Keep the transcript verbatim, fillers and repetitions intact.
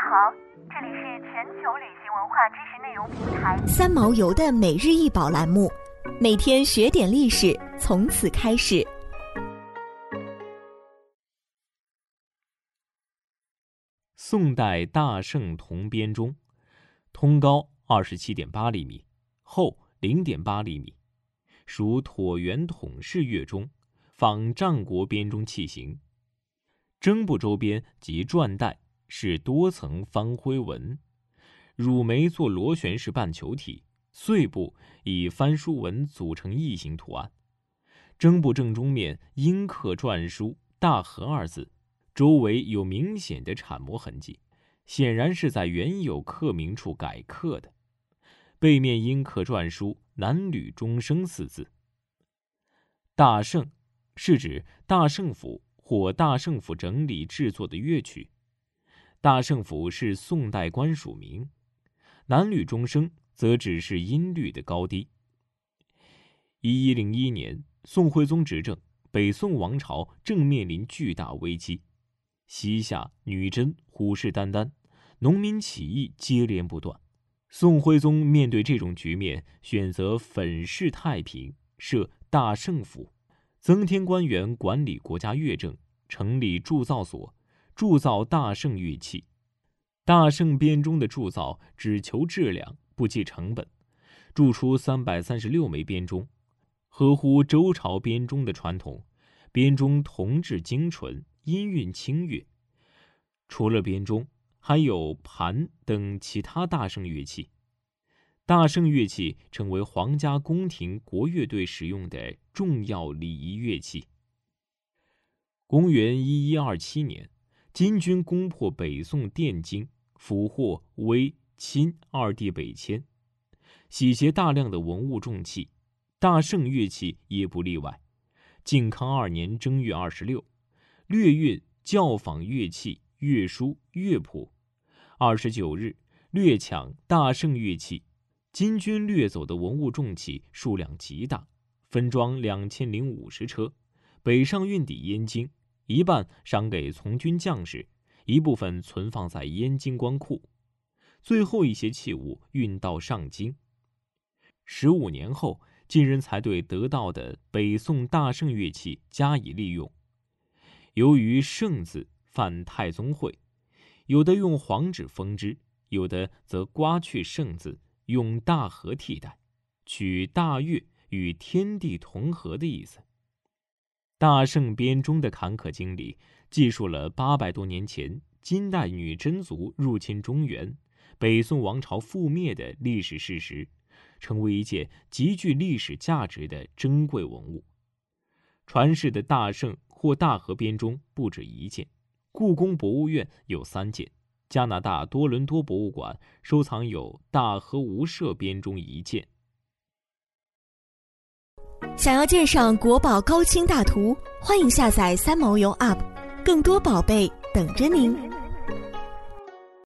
好，这里是全球旅行文化知识内容平台三毛游的每日一宝栏目，每天学点历史，从此开始。 宋代大圣铜编钟，通高 二十七点八厘米，厚 零点八厘米，属椭圆筒式月钟，仿战国编钟器型。筝部周边及篆带是多层方徽纹，乳眉做螺旋式半球体，穗部以翻书纹组成异形图案。筝部正中面阴刻篆书大和二字，周围有明显的铲磨痕迹，显然是在原有刻名处改刻的。背面阴刻篆书南吕钟声四字。大圣是指大圣府或大圣府整理制作的乐曲。大圣府是宋代官署名，南吕钟声则只是音律的高低。一一零一年，宋徽宗执政，北宋王朝正面临巨大危机，西夏、女真虎视眈眈，农民起义接连不断。宋徽宗面对这种局面，选择粉饰太平，设大圣府，增添官员管理国家乐政，成立铸造所，铸造大圣乐器。大圣编钟的铸造只求质量，不计成本，铸出三百三十六枚编钟，合乎周朝编钟的传统。编钟铜质精纯，音韵清越。除了编钟，还有盘等其他大圣乐器。大圣乐器成为皇家宫廷国乐队使用的重要礼仪乐器。公元一一二七年，金军攻破北宋汴京，俘获威、钦二帝北迁，洗劫大量的文物重器，大圣乐器也不例外。靖康二年正月二十六，略运教坊乐器、乐书、乐谱。二十九日，掠抢大圣乐器，金军掠走的文物重器数量极大，分装两千零五十车，北上运抵燕京，一半赏给从军将士，一部分存放在燕京官库，最后一些器物运到上京。十五年后，晋人才对得到的北宋大圣乐器加以利用。由于圣字犯太宗讳，有的用黄纸封之，有的则刮去圣字，用大和替代，取大乐与天地同和的意思。大圣编钟的坎坷经历，记述了八百多年前金代女真族入侵中原，北宋王朝覆灭的历史事实，成为一件极具历史价值的珍贵文物。传世的大圣或大和编钟不止一件，故宫博物院有三件，加拿大多伦多博物馆收藏有大和无赦编钟一件。 想要鉴赏国宝高清大图，欢迎下载三毛游 App， 更多宝贝等着您。